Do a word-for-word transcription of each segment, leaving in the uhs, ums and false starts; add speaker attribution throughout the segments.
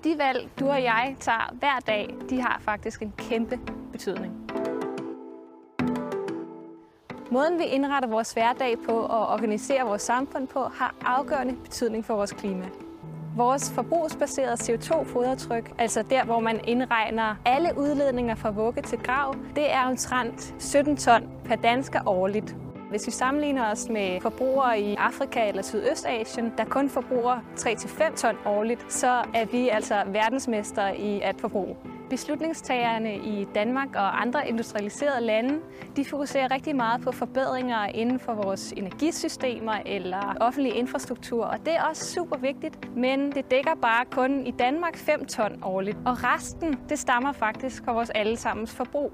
Speaker 1: De valg, du og jeg tager hver dag, de har faktisk en kæmpe betydning. Måden vi indretter vores hverdag på og organiserer vores samfund på, har afgørende betydning for vores klima. Vores forbrugsbaserede C O to fodaftryk, altså der, hvor man indregner alle udledninger fra vugge til grav, det er omtrent sytten ton per dansker årligt. Hvis vi sammenligner os med forbrugere i Afrika eller Sydøstasien, der kun forbruger tre til fem ton årligt, så er vi altså verdensmestre i at forbruge. Beslutningstagerne i Danmark og andre industrialiserede lande, de fokuserer rigtig meget på forbedringer inden for vores energisystemer eller offentlig infrastruktur, og det er også super vigtigt, men det dækker bare kun i Danmark fem ton årligt, og resten, det stammer faktisk fra vores allesammens forbrug.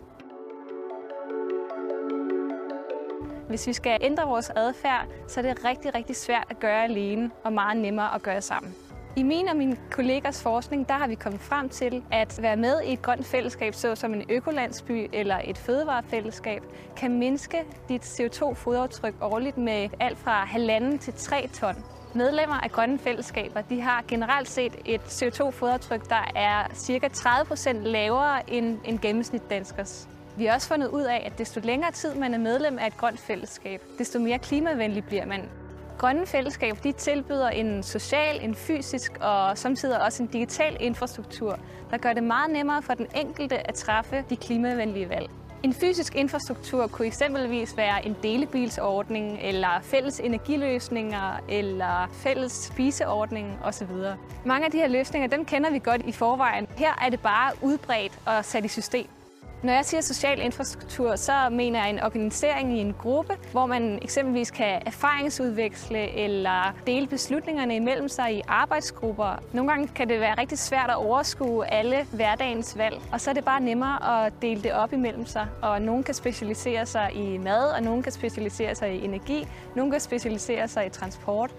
Speaker 1: Hvis vi skal ændre vores adfærd, så er det rigtig, rigtig svært at gøre alene og meget nemmere at gøre sammen. I min og mine kollegers forskning, der har vi kommet frem til, at være med i et grønt fællesskab, såsom en økolandsby eller et fødevarefællesskab, kan mindske dit C O to fodaftryk årligt med alt fra halvanden til tre ton. Medlemmer af grønne fællesskaber, de har generelt set et C O to fodaftryk, der er ca. tredive procent lavere end en gennemsnit danskers. Vi har også fundet ud af, at desto længere tid man er medlem af et grønt fællesskab, desto mere klimavenlig bliver man. Grønne fællesskaber, de tilbyder en social, en fysisk og samtidig også en digital infrastruktur, der gør det meget nemmere for den enkelte at træffe de klimavenlige valg. En fysisk infrastruktur kunne eksempelvis være en delebilsordning, eller fælles energiløsninger, eller fælles spiseordning osv. Mange af de her løsninger, dem kender vi godt i forvejen. Her er det bare udbredt og sat i system. Når jeg siger social infrastruktur, så mener jeg en organisering i en gruppe, hvor man eksempelvis kan erfaringsudveksle eller dele beslutningerne imellem sig i arbejdsgrupper. Nogle gange kan det være rigtig svært at overskue alle hverdagens valg, og så er det bare nemmere at dele det op imellem sig. Og nogen kan specialisere sig i mad, og nogen kan specialisere sig i energi, nogen kan specialisere sig i transport.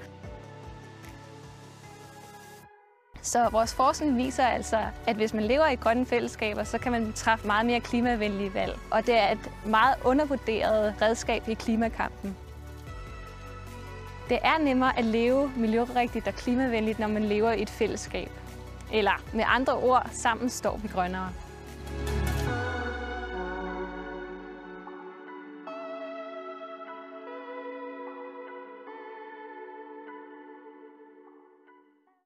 Speaker 1: Så vores forskning viser altså, at hvis man lever i grønne fællesskaber, så kan man træffe meget mere klimavenlige valg. Og det er et meget undervurderet redskab i klimakampen. Det er nemmere at leve miljørigtigt og klimavenligt, når man lever i et fællesskab. Eller med andre ord, sammen står vi grønnere.